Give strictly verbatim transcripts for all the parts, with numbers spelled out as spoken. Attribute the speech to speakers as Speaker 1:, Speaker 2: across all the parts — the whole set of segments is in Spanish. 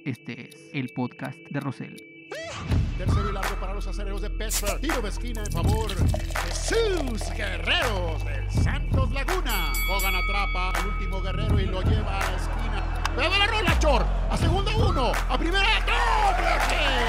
Speaker 1: Este es el podcast de Rosell.
Speaker 2: Tercero y largo para los acereros de Pittsburgh. Tiro de esquina en favor de sus guerreros del Santos Laguna. Hogan atrapa al último guerrero y lo lleva a la esquina. ¡Bebe la rola, Chor! A segunda uno. A primera doble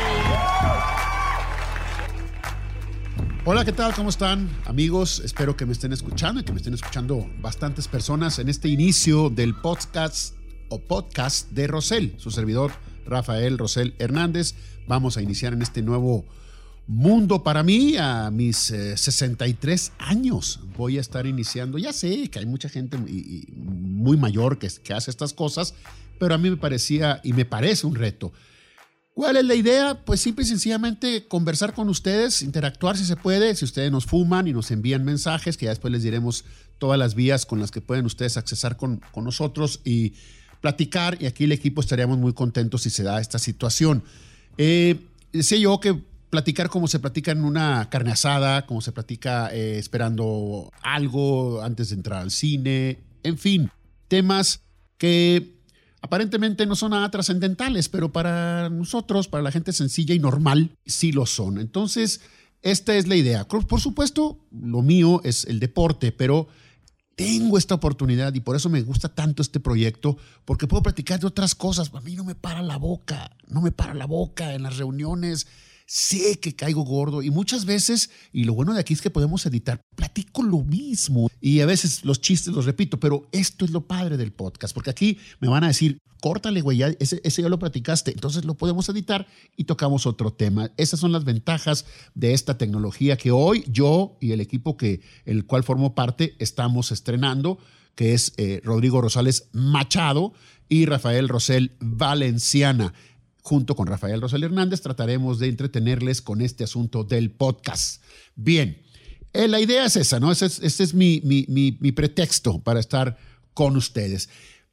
Speaker 2: play. Hola, ¿qué tal? ¿Cómo están, amigos? Espero que me estén escuchando y que me estén escuchando bastantes personas en este inicio del podcast o podcast de Rosell, su servidor Rafael Rosell Hernández. Vamos a iniciar en este nuevo mundo para mí a mis eh, sesenta y tres años. Voy a estar iniciando. Ya sé que hay mucha gente y, y muy mayor que, que hace estas cosas, pero a mí me parecía y me parece un reto. ¿Cuál es la idea? Pues simple y sencillamente conversar con ustedes, interactuar si se puede, si ustedes nos fuman y nos envían mensajes, que ya después les diremos todas las vías con las que pueden ustedes accesar con, con nosotros y platicar, y aquí el equipo estaríamos muy contentos si se da esta situación. Eh, decía yo que platicar como se platica en una carne asada, como se platica eh, esperando algo antes de entrar al cine, en fin, temas que aparentemente no son nada trascendentales, pero para nosotros, para la gente sencilla y normal, sí lo son. Entonces, esta es la idea. Por supuesto, lo mío es el deporte, pero tengo esta oportunidad y por eso me gusta tanto este proyecto, porque puedo platicar de otras cosas. A mí no me para la boca, no me para la boca en las reuniones. Sé que caigo gordo y muchas veces, y lo bueno de aquí es que podemos editar, platico lo mismo y a veces los chistes los repito, pero esto es lo padre del podcast, porque aquí me van a decir, córtale güey, ya, ese, ese ya lo platicaste, entonces lo podemos editar y tocamos otro tema. Esas son las ventajas de esta tecnología que hoy yo y el equipo que el cual formo parte estamos estrenando, que es eh, Rodrigo Rosales Machado y Rafael Rosell Valenciana. Junto con Rafael Rosell Hernández trataremos de entretenerles con este asunto del podcast. Bien, eh, la idea es esa, ¿no? Ese es, ese es mi, mi, mi, mi pretexto para estar con ustedes.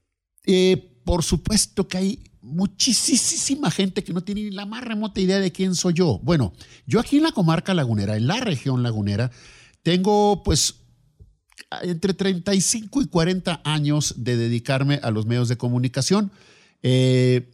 Speaker 2: Eh, por supuesto que hay muchísima gente que no tiene ni la más remota idea de quién soy yo. Bueno, yo aquí en la comarca lagunera, en la región lagunera, tengo pues entre treinta y cinco y cuarenta años de dedicarme a los medios de comunicación. Eh,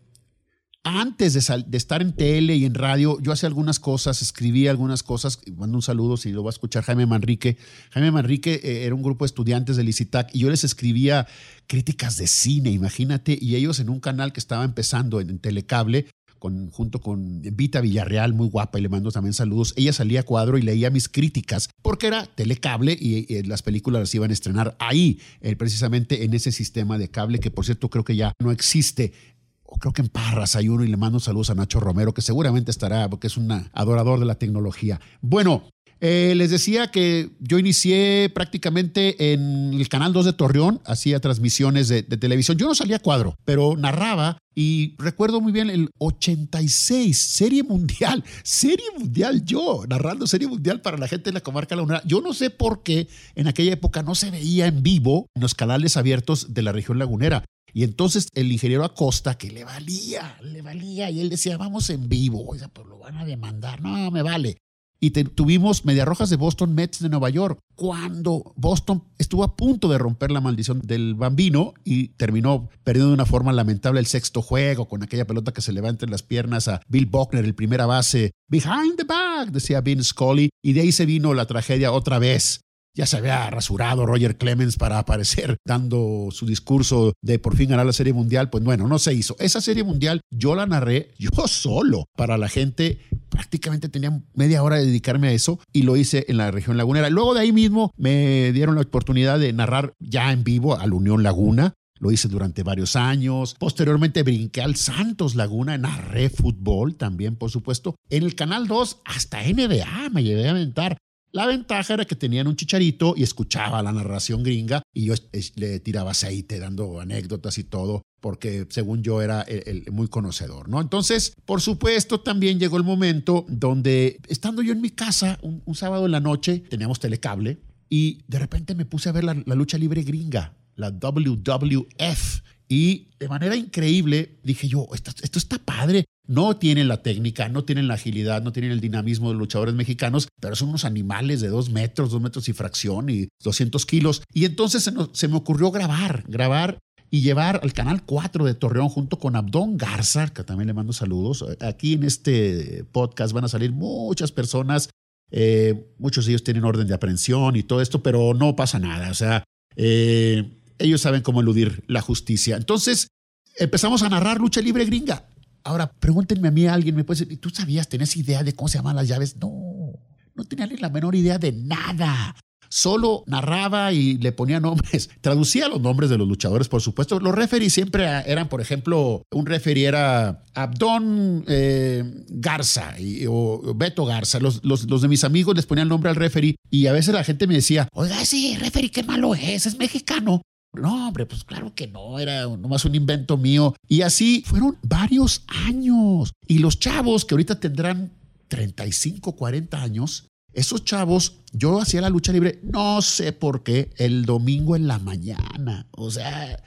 Speaker 2: Antes de, sal, de estar en tele y en radio, yo hacía algunas cosas, escribía algunas cosas. Mando un saludo si lo va a escuchar Jaime Manrique. Jaime Manrique eh, era un grupo de estudiantes del ICITAC y yo les escribía críticas de cine, imagínate. Y ellos en un canal que estaba empezando en, en Telecable, con, junto con Vita Villarreal, muy guapa, y le mando también saludos. Ella salía a cuadro y leía mis críticas, porque era Telecable y, y las películas las iban a estrenar ahí, eh, precisamente en ese sistema de cable, que por cierto creo que ya no existe. O creo que en Parras hay uno, y le mando saludos a Nacho Romero, que seguramente estará, porque es un adorador de la tecnología. Bueno, eh, les decía que yo inicié prácticamente en el Canal dos de Torreón, hacía transmisiones de, de televisión. Yo no salía a cuadro, pero narraba, y recuerdo muy bien el ochenta y seis, Serie Mundial, Serie Mundial, yo narrando Serie Mundial para la gente de la comarca lagunera. Yo no sé por qué en aquella época no se veía en vivo en los canales abiertos de la región lagunera. Y entonces el ingeniero Acosta, que le valía, le valía, y él decía, vamos en vivo, oiga, pues lo van a demandar, no, me vale. Y te, tuvimos Mediarrojas de Boston, Mets de Nueva York, cuando Boston estuvo a punto de romper la maldición del Bambino y terminó perdiendo de una forma lamentable el sexto juego, con aquella pelota que se le va entre las piernas a Bill Buckner, el primera base, behind the back, decía Vin Scully, y de ahí se vino la tragedia otra vez. Ya se había rasurado Roger Clemens para aparecer dando su discurso de por fin ganar la Serie Mundial. Pues bueno, no se hizo. Esa Serie Mundial yo la narré yo solo para la gente. Prácticamente tenía media hora de dedicarme a eso y lo hice en la región lagunera. Luego de ahí mismo me dieron la oportunidad de narrar ya en vivo al Unión Laguna. Lo hice durante varios años. Posteriormente brinqué al Santos Laguna, narré fútbol también, por supuesto. En el Canal dos hasta N B A me llevé a aventar. La ventaja era que tenían un chicharito y escuchaba la narración gringa y yo le tiraba aceite dando anécdotas y todo, porque según yo era el, el muy conocedor, ¿no? Entonces, por supuesto, también llegó el momento donde, estando yo en mi casa un, un sábado en la noche, teníamos Telecable y de repente me puse a ver la, la lucha libre gringa, la W W F, y de manera increíble dije yo, esto, esto está padre. No tienen la técnica, no tienen la agilidad, no tienen el dinamismo de los luchadores mexicanos, pero son unos animales de dos metros, dos metros y fracción y doscientos kilos. Y entonces se, nos, se me ocurrió grabar, grabar y llevar al Canal cuatro de Torreón junto con Abdón Garza, que también le mando saludos. Aquí en este podcast van a salir muchas personas, eh, muchos de ellos tienen orden de aprehensión y todo esto, pero no pasa nada. O sea, eh, ellos saben cómo eludir la justicia. Entonces empezamos a narrar lucha libre gringa. Ahora, pregúntenme a mí, alguien me puede decir, ¿tú sabías, tenías idea de cómo se llaman las llaves? No, no tenía ni la menor idea de nada. Solo narraba y le ponía nombres. Traducía los nombres de los luchadores, por supuesto. Los referees siempre eran, por ejemplo, un referee era Abdón eh, Garza y, o Beto Garza. Los, los, los de mis amigos les ponían nombre al referee y a veces la gente me decía, oiga, ese referee qué malo es, es mexicano. No, hombre, pues claro que no, era nomás un invento mío. Y así fueron varios años. Y los chavos que ahorita tendrán treinta y cinco, cuarenta años, esos chavos, yo hacía la lucha libre, no sé por qué, el domingo en la mañana. O sea,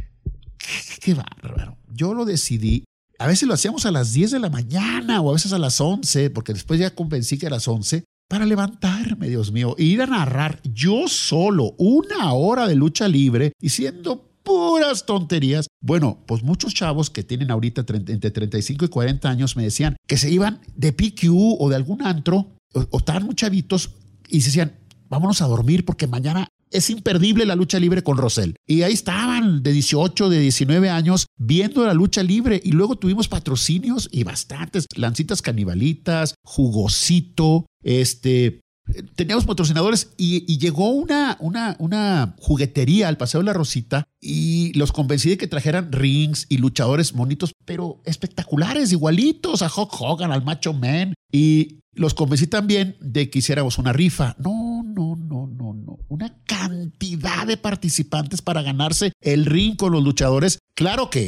Speaker 2: qué, qué bárbaro. Yo lo decidí. A veces lo hacíamos a las diez de la mañana o a veces a las once, porque después ya convencí que a las once, para levantarme, Dios mío, e ir a narrar yo solo una hora de lucha libre diciendo puras tonterías. Bueno, pues muchos chavos que tienen ahorita entre treinta y cinco y cuarenta años me decían que se iban de P Q o de algún antro o, o estaban muy chavitos y se decían, vámonos a dormir porque mañana es imperdible la lucha libre con Rosel. Y ahí estaban de dieciocho, de diecinueve años viendo la lucha libre y luego tuvimos patrocinios y bastantes, Lancitas Canibalitas, Jugosito, este... Teníamos patrocinadores y, y llegó una, una, una juguetería al Paseo de la Rosita y los convencí de que trajeran rings y luchadores bonitos, pero espectaculares, igualitos a Hulk Hogan, al Macho Man. Y los convencí también de que hiciéramos una rifa. No, no, no, no, no. Una cantidad de participantes para ganarse el ring con los luchadores. Claro que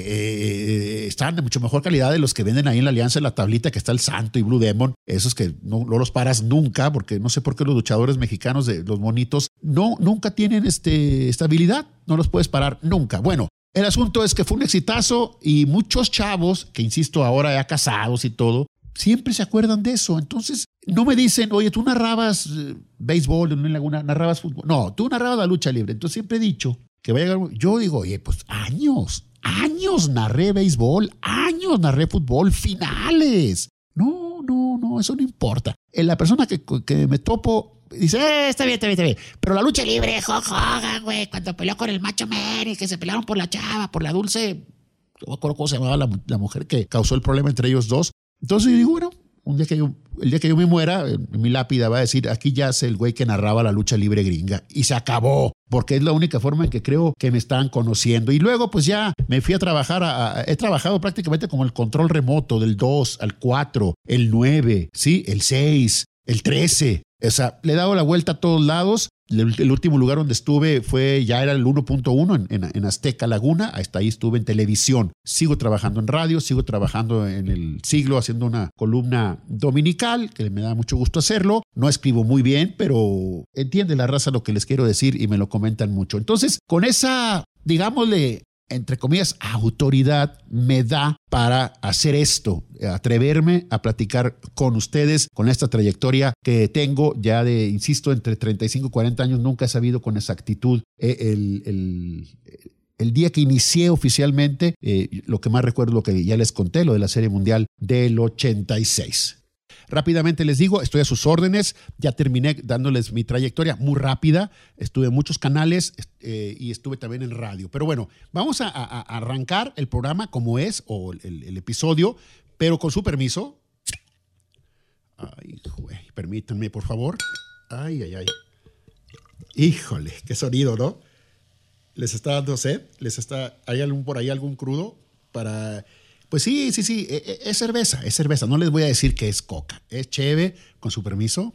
Speaker 2: eh, están de mucho mejor calidad de los que venden ahí en la Alianza en la tablita, que está el Santo y Blue Demon. Esos que no, no los paras nunca, porque no sé por qué los luchadores mexicanos, de los monitos, no, nunca tienen este, estabilidad. No los puedes parar nunca. Bueno, el asunto es que fue un exitazo y muchos chavos, que insisto, ahora ya casados y todo, siempre se acuerdan de eso. Entonces, no me dicen, oye, tú narrabas eh, béisbol en una laguna, narrabas fútbol. No, tú narrabas la lucha libre. Entonces, siempre he dicho que va a llegar. Yo digo, oye, pues años, años narré béisbol, años narré fútbol, finales. No, no, no, eso no importa. La persona que, que me topo dice, eh, está bien, está bien, está bien. Pero la lucha libre, Hulk Hogan, güey, cuando peleó con el Macho Man y que se pelearon por la chava, por la Dulce, no me acuerdo cómo se llamaba la, la mujer que causó el problema entre ellos dos. Entonces yo digo, bueno, un día que yo, el día que yo me muera, en mi lápida va a decir, aquí yace el güey que narraba la lucha libre gringa. Y se acabó, porque es la única forma en que creo que me están conociendo. Y luego pues ya me fui a trabajar, a, a, he trabajado prácticamente como el control remoto del dos al cuatro, el nueve, ¿sí? El seis, el trece. O sea, le he dado la vuelta a todos lados. El, el último lugar donde estuve fue, ya era el uno punto uno en, en, en Azteca Laguna. Hasta ahí estuve en televisión. Sigo trabajando en radio, sigo trabajando en el Siglo haciendo una columna dominical, que me da mucho gusto hacerlo. No escribo muy bien, pero entiende la raza lo que les quiero decir y me lo comentan mucho. Entonces, con esa, digámosle, entre comillas, autoridad me da para hacer esto, atreverme a platicar con ustedes, con esta trayectoria que tengo ya de, insisto, entre treinta y cinco y cuarenta años. Nunca he sabido con exactitud eh, el, el, el día que inicié oficialmente. Eh, lo que más recuerdo es lo que ya les conté, lo de la Serie Mundial del ochenta y seis. Rápidamente les digo, estoy a sus órdenes, ya terminé dándoles mi trayectoria muy rápida, estuve en muchos canales eh, y estuve también en radio. Pero bueno, vamos a, a, a arrancar el programa como es, o el, el episodio, pero con su permiso. Ay, güey, permítanme, por favor. Ay, ay, ay. Híjole, qué sonido, ¿no? ¿Les está dando sed? ¿Les está, hay algún por ahí algún crudo para...? Pues sí, sí, sí, es cerveza, es cerveza. No les voy a decir que es coca. Es cheve, con su permiso.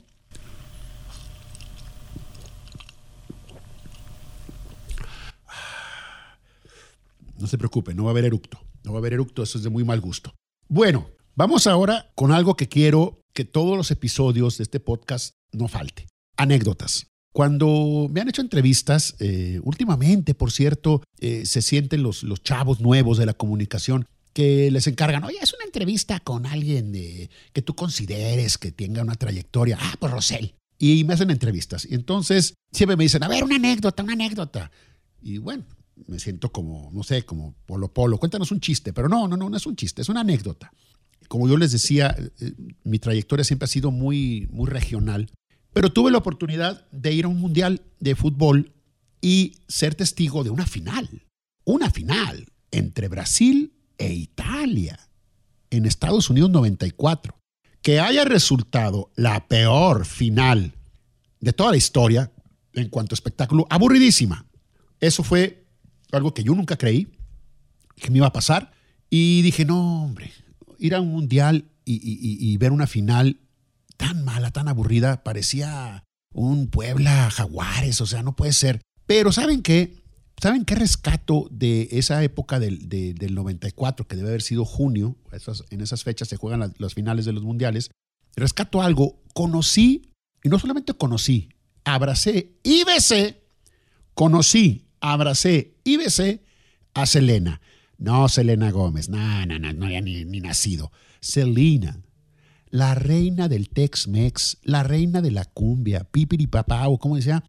Speaker 2: No se preocupen, no va a haber eructo. No va a haber eructo, eso es de muy mal gusto. Bueno, vamos ahora con algo que quiero que todos los episodios de este podcast no falte. Anécdotas. Cuando me han hecho entrevistas, eh, últimamente, por cierto, eh, se sienten los, los chavos nuevos de la comunicación que les encargan, oye, es una entrevista con alguien de, que tú consideres que tenga una trayectoria. Ah, pues Rosel. Y me hacen entrevistas. Y entonces siempre me dicen, a ver, una anécdota, una anécdota. Y bueno, me siento como, no sé, como Polo Polo. Cuéntanos un chiste, pero no, no, no, no es un chiste, es una anécdota. Como yo les decía, eh, mi trayectoria siempre ha sido muy, muy regional, pero tuve la oportunidad de ir a un mundial de fútbol y ser testigo de una final, una final entre Brasil e Italia en Estados Unidos noventa y cuatro. Que haya resultado la peor final de toda la historia en cuanto a espectáculo, aburridísima. Eso fue algo que yo nunca creí que me iba a pasar y dije, no, hombre, ir a un mundial y, y, y ver una final tan mala, tan aburrida, parecía un Puebla Jaguares, o sea, no puede ser. Pero ¿saben qué? ¿Saben qué rescato de esa época del, de, del noventa y cuatro, que debe haber sido junio? Esas, en esas fechas se juegan las, las finales de los mundiales. Rescato algo. Conocí, y no solamente conocí, abracé y besé, conocí, abracé y besé a Selena. No Selena Gómez, no, no, no, no había ni, ni nacido. Selena, la reina del Tex-Mex, la reina de la cumbia, pipiripapá, o como decía,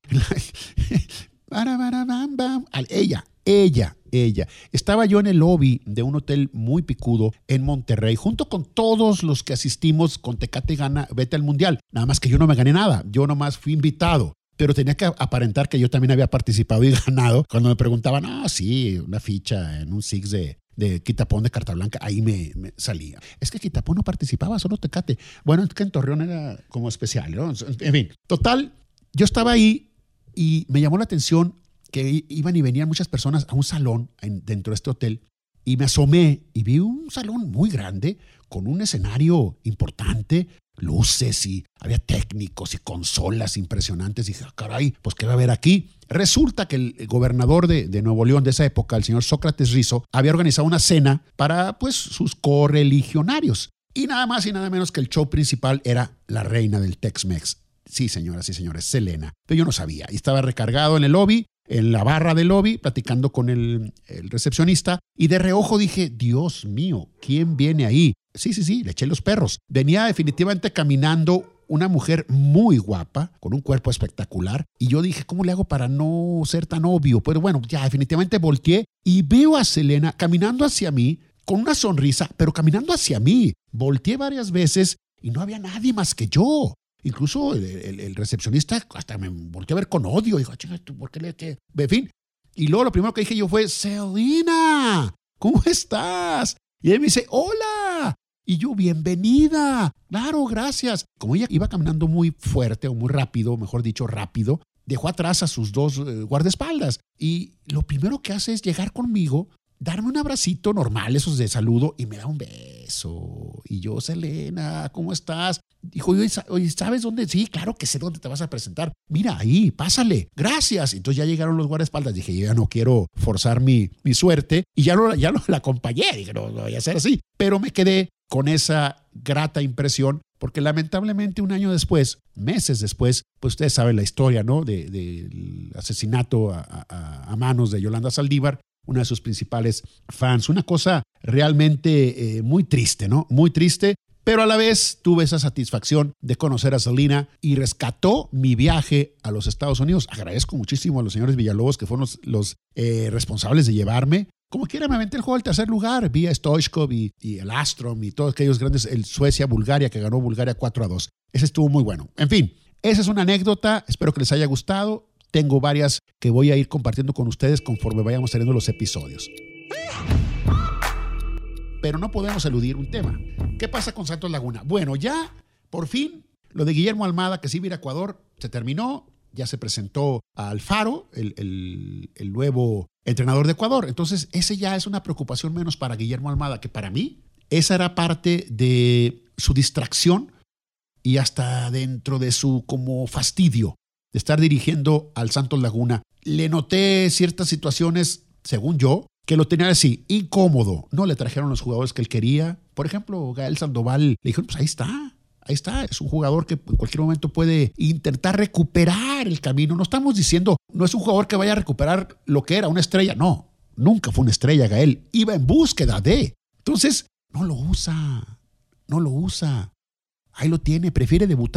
Speaker 2: ella, ella, ella. Estaba yo en el lobby de un hotel muy picudo en Monterrey, junto con todos los que asistimos con Tecate Gana, vete al mundial. Nada más que yo no me gané nada, yo nomás fui invitado. Pero tenía que aparentar que yo también había participado y ganado. Cuando me preguntaban, ah, sí, una ficha en un Six de, de Quitapón de Carta Blanca, ahí me, me salía. Es que Quitapón no participaba, solo Tecate. Bueno, es que en Torreón era como especial, ¿no? En fin, total, yo estaba ahí y me llamó la atención que iban y venían muchas personas a un salón en, dentro de este hotel. Y me asomé y vi un salón muy grande con un escenario importante, luces y había técnicos y consolas impresionantes. Y dije, ah, caray, pues ¿qué va a haber aquí? Resulta que el gobernador de, de Nuevo León de esa época, el señor Sócrates Rizo, había organizado una cena para pues sus correligionarios. Y nada más y nada menos que el show principal era la reina del Tex-Mex. Sí, señoras y señores, Selena. Pero yo no sabía. Y estaba recargado en el lobby, en la barra del lobby, platicando con el, el recepcionista. Y de reojo dije, Dios mío, ¿quién viene ahí? Sí, sí, sí, le eché los perros. Venía definitivamente caminando una mujer muy guapa, con un cuerpo espectacular. Y yo dije, ¿cómo le hago para no ser tan obvio? Pero bueno, ya definitivamente volteé y veo a Selena caminando hacia mí con una sonrisa, pero caminando hacia mí. Volteé varias veces y no había nadie más que yo. Incluso el, el, el recepcionista hasta me volteó a ver con odio. Dijo, chica, ¿por qué le...? Qué? En fin. Y luego lo primero que dije yo fue, Selena, ¿cómo estás? Y él me dice, hola. Y yo, bienvenida. Claro, gracias. Como ella iba caminando muy fuerte o muy rápido, mejor dicho, rápido, dejó atrás a sus dos eh, guardaespaldas. Y lo primero que hace es llegar conmigo, darme un abracito normal, esos de saludo, y me da un beso. Y yo, Selena, ¿cómo estás? Dijo, oye, ¿sabes dónde? Sí, claro que sé dónde te vas a presentar. Mira, ahí, pásale. Gracias. Entonces ya llegaron los guardaespaldas. Dije, yo ya no quiero forzar mi, mi suerte. Y ya no, ya no la acompañé. Dije, no, no voy a hacer así. Pero me quedé con esa grata impresión, porque lamentablemente un año después, meses después, pues ustedes saben la historia, ¿no? Del de, de asesinato a, a, a manos de Yolanda Saldívar, una de sus principales fans. Una cosa realmente eh, muy triste, ¿no? Muy triste, pero a la vez tuve esa satisfacción de conocer a Selena y rescató mi viaje a los Estados Unidos. Agradezco muchísimo a los señores Villalobos, que fueron los, los eh, responsables de llevarme. Como quiera, me aventé el juego al tercer lugar, vía Stoichkov y, y el Astrom y todos aquellos grandes, el Suecia-Bulgaria, que ganó Bulgaria cuatro a dos. Ese estuvo muy bueno. En fin, esa es una anécdota. Espero que les haya gustado. Tengo varias que voy a ir compartiendo con ustedes conforme vayamos teniendo los episodios. Pero no podemos eludir un tema. ¿Qué pasa con Santos Laguna? Bueno, ya por fin lo de Guillermo Almada, que sí iba a ir a Ecuador, se terminó. Ya se presentó a Alfaro, el, el, el nuevo entrenador de Ecuador. Entonces, ese ya es una preocupación menos para Guillermo Almada, que para mí esa era parte de su distracción y hasta dentro de su como fastidio de estar dirigiendo al Santos Laguna. Le noté ciertas situaciones, según yo, que lo tenía así, incómodo. No le trajeron los jugadores que él quería. Por ejemplo, Gael Sandoval, le dijeron, pues ahí está. Ahí está, es un jugador que en cualquier momento puede intentar recuperar el camino. No estamos diciendo, no es un jugador que vaya a recuperar lo que era una estrella. No, nunca fue una estrella, Gael. Iba en búsqueda de. Entonces, no lo usa, no lo usa. Ahí lo tiene, prefiere debutar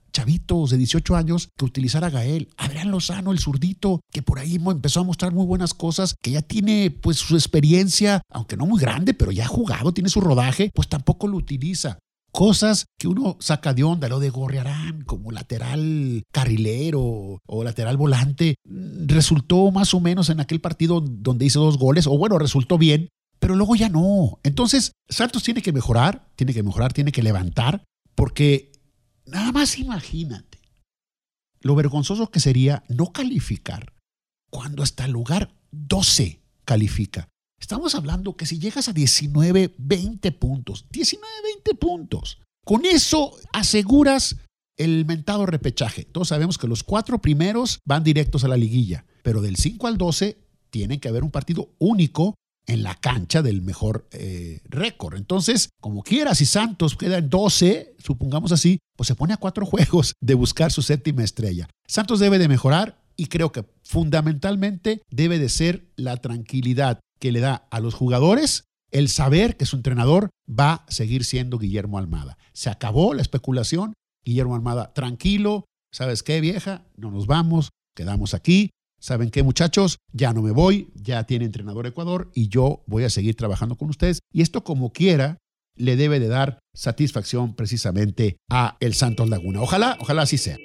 Speaker 2: chavitos de dieciocho años que utilizar a Gael. Adrián Lozano, el zurdito, que por ahí empezó a mostrar muy buenas cosas, que ya tiene pues su experiencia, aunque no muy grande, pero ya ha jugado, tiene su rodaje, pues tampoco lo utiliza. Cosas que uno saca de onda, lo de Gorriarán como lateral carrilero o lateral volante, resultó más o menos en aquel partido donde hizo dos goles, o bueno, resultó bien, pero luego ya no. Entonces, Santos tiene que mejorar, tiene que mejorar, tiene que levantar, porque nada más imagínate lo vergonzoso que sería no calificar cuando hasta el lugar doce califica. Estamos hablando que si llegas a diecinueve, veinte puntos, diecinueve, veinte puntos, con eso aseguras el mentado repechaje. Todos sabemos que los cuatro primeros van directos a la liguilla, pero del cinco al doce tiene que haber un partido único en la cancha del mejor eh, récord. Entonces, como quiera, si Santos queda en doce, supongamos así, pues se pone a cuatro juegos de buscar su séptima estrella. Santos debe de mejorar y creo que fundamentalmente debe de ser la tranquilidad que le da a los jugadores el saber que su entrenador va a seguir siendo Guillermo Almada. Se acabó la especulación. Guillermo Almada, tranquilo, ¿sabes qué, vieja? No nos vamos, quedamos aquí. ¿Saben qué, muchachos? Ya no me voy, ya tiene entrenador Ecuador y yo voy a seguir trabajando con ustedes. Y esto, como quiera, le debe de dar satisfacción precisamente a el Santos Laguna. Ojalá, ojalá así sea.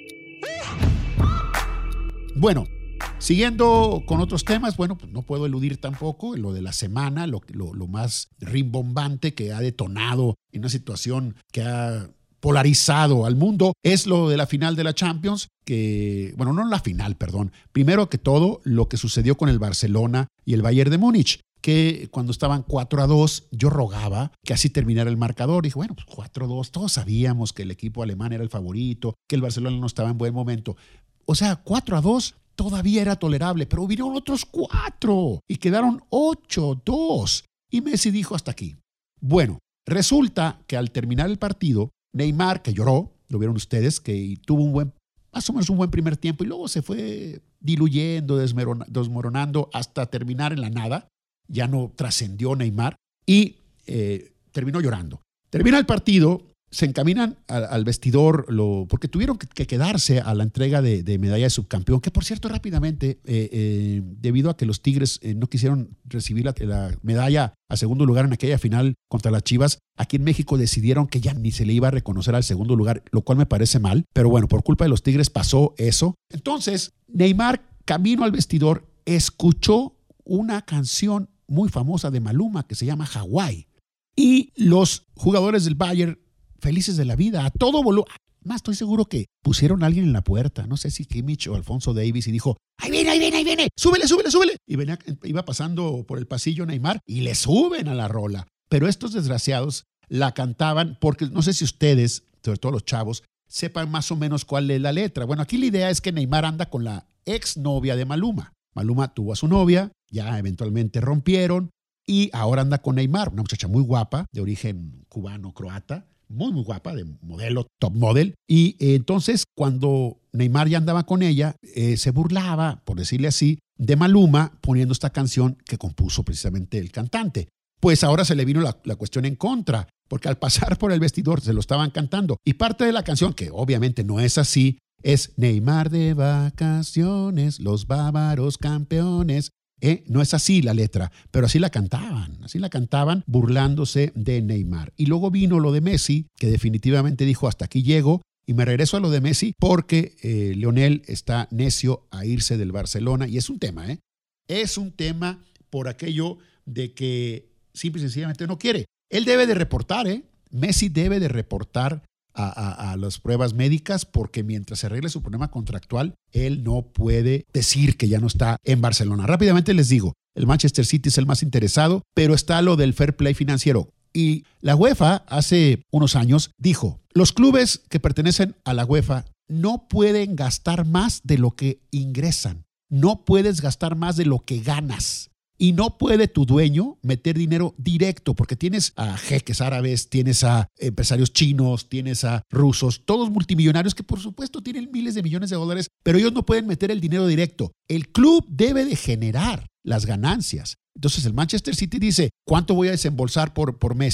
Speaker 2: Bueno, siguiendo con otros temas, bueno, pues no puedo eludir tampoco lo de la semana, lo, lo, lo más rimbombante que ha detonado en una situación que ha polarizado al mundo, es lo de la final de la Champions, que, bueno, no la final, perdón, primero que todo, lo que sucedió con el Barcelona y el Bayern de Múnich, que cuando estaban cuatro a dos, yo rogaba que así terminara el marcador. Dije, bueno, pues cuatro a dos, todos sabíamos que el equipo alemán era el favorito, que el Barcelona no estaba en buen momento. O sea, cuatro a dos todavía era tolerable, pero hubieron otros cuatro y quedaron ocho a dos. Y Messi dijo hasta aquí. Bueno, resulta que al terminar el partido, Neymar, que lloró, lo vieron ustedes, que tuvo un buen, más o menos un buen primer tiempo y luego se fue diluyendo, desmoronando hasta terminar en la nada. Ya no trascendió Neymar y eh, terminó llorando. Termina el partido, se encaminan al, al vestidor, lo, porque tuvieron que, que quedarse a la entrega de, de medalla de subcampeón, que por cierto rápidamente, eh, eh, debido a que los Tigres eh, no quisieron recibir la, la medalla a segundo lugar en aquella final contra las Chivas, aquí en México decidieron que ya ni se le iba a reconocer al segundo lugar, lo cual me parece mal, pero bueno, por culpa de los Tigres pasó eso. Entonces, Neymar, camino al vestidor, escuchó una canción muy famosa de Maluma que se llama Hawái, y los jugadores del Bayern felices de la vida, a todo volumen. Más estoy seguro que pusieron a alguien en la puerta, no sé si Kimmich o Alfonso Davies, y dijo, ahí viene, ahí viene, ahí viene, súbele, súbele, súbele. Y venía, iba pasando por el pasillo Neymar y le suben a la rola. Pero estos desgraciados la cantaban porque no sé si ustedes, sobre todo los chavos, sepan más o menos cuál es la letra. Bueno, aquí la idea es que Neymar anda con la exnovia de Maluma. Maluma tuvo a su novia, ya eventualmente rompieron y ahora anda con Neymar, una muchacha muy guapa, de origen cubano-croata, muy, muy guapa, de modelo, top model. Y eh, entonces, cuando Neymar ya andaba con ella, eh, se burlaba, por decirle así, de Maluma poniendo esta canción que compuso precisamente el cantante. Pues ahora se le vino la, la cuestión en contra, porque al pasar por el vestidor se lo estaban cantando. Y parte de la canción, que obviamente no es así, es Neymar de vacaciones, los bávaros campeones. ¿Eh? No es así la letra, pero así la cantaban, así la cantaban burlándose de Neymar. Y luego vino lo de Messi, que definitivamente dijo hasta aquí llego, y me regreso a lo de Messi porque eh, Lionel está necio a irse del Barcelona, y es un tema, ¿eh? Es un tema por aquello de que simple y sencillamente no quiere. Él debe de reportar, ¿eh? Messi debe de reportar A, a, a las pruebas médicas porque mientras se arregle su problema contractual, él no puede decir que ya no está en Barcelona. Rápidamente les digo, el Manchester City es el más interesado, pero está lo del fair play financiero. Y la UEFA hace unos años dijo, los clubes que pertenecen a la UEFA no pueden gastar más de lo que ingresan. No puedes gastar más de lo que ganas. Y no puede tu dueño meter dinero directo porque tienes a jeques árabes, tienes a empresarios chinos, tienes a rusos, todos multimillonarios que por supuesto tienen miles de millones de dólares, pero ellos no pueden meter el dinero directo. El club debe de generar las ganancias. Entonces el Manchester City dice, ¿cuánto voy a desembolsar por, por Messi?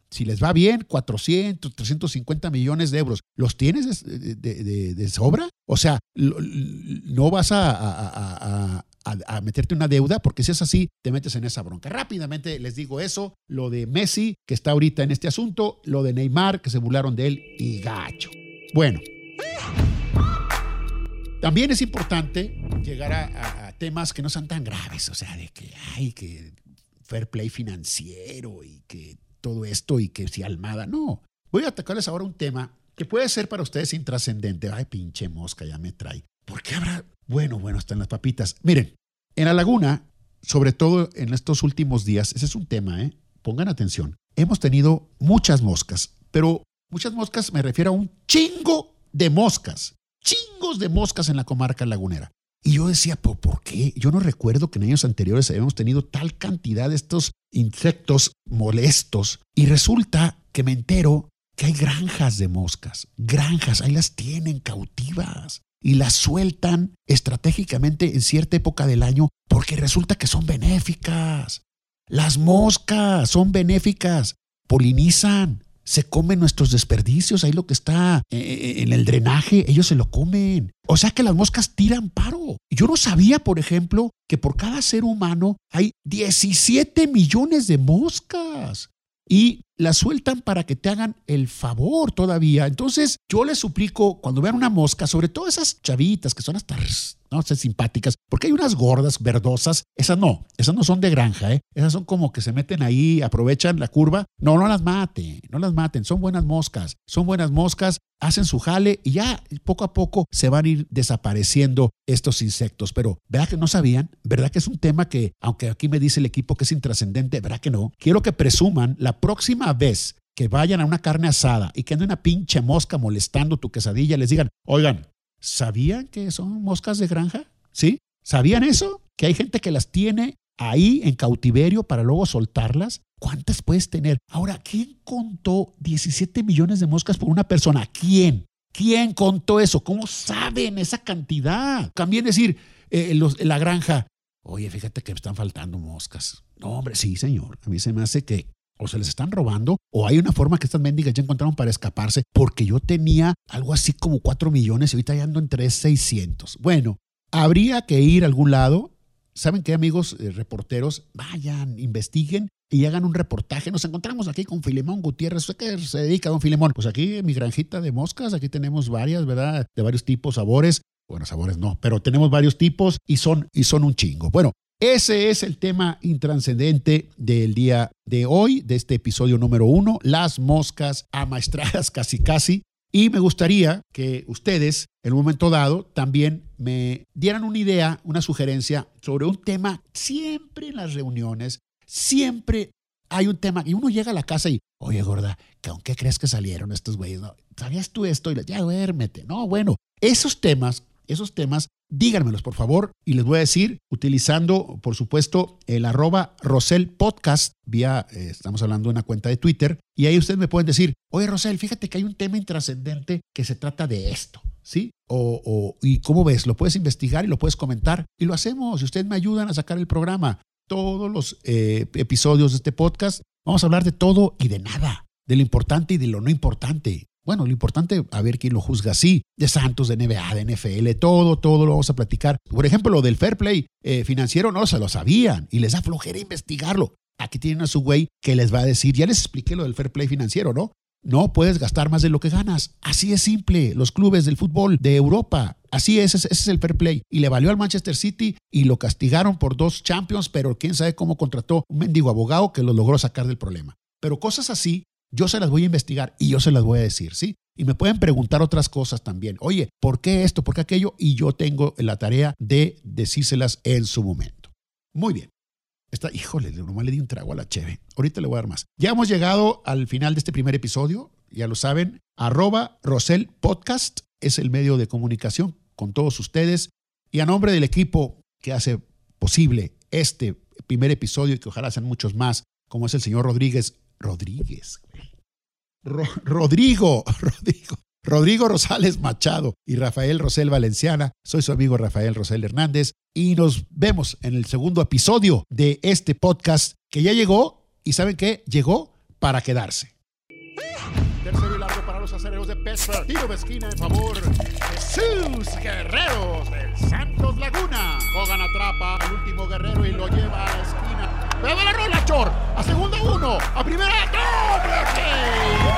Speaker 2: Si les va bien, cuatrocientos, trescientos cincuenta millones de euros. ¿Los tienes de, de, de, de sobra? O sea, no vas a, a, a, a, a meterte una deuda, porque si es así, te metes en esa bronca. Rápidamente les digo eso, lo de Messi, que está ahorita en este asunto, lo de Neymar, que se burlaron de él, y gacho. Bueno, también es importante llegar a, a, a temas que no sean tan graves, o sea, de que hay que fair play financiero y que todo esto y que si Almada, no. Voy a atacarles ahora un tema que puede ser para ustedes intrascendente. Ay, pinche mosca, ya me trae. ¿Por qué habrá? Bueno, bueno, están las papitas. Miren, en la laguna, sobre todo en estos últimos días, ese es un tema, ¿eh? Pongan atención. Hemos tenido muchas moscas, pero muchas moscas me refiero a un chingo de moscas. Chingos de moscas en la comarca lagunera. Y yo decía, ¿por, ¿por qué? Yo no recuerdo que en años anteriores habíamos tenido tal cantidad de estos insectos molestos. Y resulta que me entero que hay granjas de moscas. Granjas, ahí las tienen cautivas. Y las sueltan estratégicamente en cierta época del año porque resulta que son benéficas. Las moscas son benéficas. Polinizan. Se comen nuestros desperdicios, ahí lo que está en el drenaje, ellos se lo comen. O sea que las moscas tiran paro. Yo no sabía, por ejemplo, que por cada ser humano hay diecisiete millones de moscas. Y las sueltan para que te hagan el favor todavía. Entonces yo les suplico, cuando vean una mosca, sobre todo esas chavitas que son hasta, no sé, simpáticas, porque hay unas gordas, verdosas, esas no, esas no son de granja, ¿eh? Esas son como que se meten ahí, aprovechan la curva. No, no las maten, no las maten, son buenas moscas, son buenas moscas, hacen su jale y ya poco a poco se van a ir desapareciendo estos insectos. Pero ¿verdad que no sabían? ¿Verdad que es un tema que, aunque aquí me dice el equipo que es intrascendente, ¿verdad que no? Quiero que presuman la próxima vez que vayan a una carne asada y que ande una pinche mosca molestando tu quesadilla, les digan, oigan, ¿sabían que son moscas de granja? ¿Sí? ¿Sabían eso? Que hay gente que las tiene ahí en cautiverio para luego soltarlas. ¿Cuántas puedes tener? Ahora, ¿quién contó diecisiete millones de moscas por una persona? ¿Quién? ¿Quién contó eso? ¿Cómo saben esa cantidad? También decir, eh, los, la granja, oye, fíjate que me están faltando moscas. No, hombre, sí, señor. A mí se me hace que o se les están robando o hay una forma que estas mendigas ya encontraron para escaparse, porque yo tenía algo así como cuatro millones y ahorita ya ando en tres mil seiscientos. Bueno, habría que ir a algún lado. ¿Saben qué, amigos eh, reporteros? Vayan, investiguen y hagan un reportaje. Nos encontramos aquí con Filemón Gutiérrez. ¿Usted qué se dedica, don Filemón? Pues aquí en mi granjita de moscas, aquí tenemos varias, ¿verdad? De varios tipos, sabores. Bueno, sabores no, pero tenemos varios tipos y son, y son un chingo. Bueno, ese es el tema intranscendente del día de hoy, de este episodio número uno, las moscas amaestradas casi casi. Y me gustaría que ustedes, en un momento dado, también me dieran una idea, una sugerencia sobre un tema. Siempre en las reuniones, siempre hay un tema. Y uno llega a la casa y, oye, gorda, ¿con qué crees que salieron estos güeyes? ¿No? ¿Sabías tú esto? Y les, ya duérmete. No, bueno, esos temas, esos temas, díganmelos, por favor. Y les voy a decir, utilizando, por supuesto, el arroba Rosel Podcast, vía, eh, estamos hablando de una cuenta de Twitter, y ahí ustedes me pueden decir, oye, Rosel, fíjate que hay un tema intrascendente que se trata de esto, ¿sí? O, o, y ¿cómo ves? Lo puedes investigar y lo puedes comentar, y lo hacemos. Y ustedes me ayudan a sacar el programa. Todos los eh, episodios de este podcast, vamos a hablar de todo y de nada, de lo importante y de lo no importante. Bueno, lo importante, a ver quién lo juzga así, de Santos, de N B A, de N F L, todo, todo lo vamos a platicar. Por ejemplo, lo del fair play eh, financiero no se lo sabían y les da flojera investigarlo. Aquí tienen a su güey que les va a decir, ya les expliqué lo del fair play financiero, ¿no? No puedes gastar más de lo que ganas. Así es simple. Los clubes del fútbol de Europa, así es, ese es el fair play. Y le valió al Manchester City y lo castigaron por dos Champions, pero quién sabe cómo contrató un mendigo abogado que lo logró sacar del problema. Pero cosas así, yo se las voy a investigar y yo se las voy a decir, ¿sí? Y me pueden preguntar otras cosas también. Oye, ¿por qué esto? ¿Por qué aquello? Y yo tengo la tarea de decírselas en su momento. Muy bien. Está, híjole, nomás le di un trago a la cheve. Ahorita le voy a dar más. Ya hemos llegado al final de este primer episodio. Ya lo saben. Arroba Rosel Podcast es el medio de comunicación con todos ustedes. Y a nombre del equipo que hace posible este primer episodio y que ojalá sean muchos más, como es el señor Rodríguez. Rodríguez. Ro, Rodrigo. Rodrigo. Rodrigo Rosales Machado y Rafael Rosel Valenciana. Soy su amigo Rafael Rosel Hernández y nos vemos en el segundo episodio de este podcast que ya llegó y ¿saben qué? Llegó para quedarse. los acereros de Pittsburgh. Tiro de esquina en favor de sus guerreros del Santos Laguna. Hogan atrapa al último guerrero y lo lleva a la esquina. ¡Pero la rola, Chor! ¡A segunda uno! ¡A primera! ¡Doble play!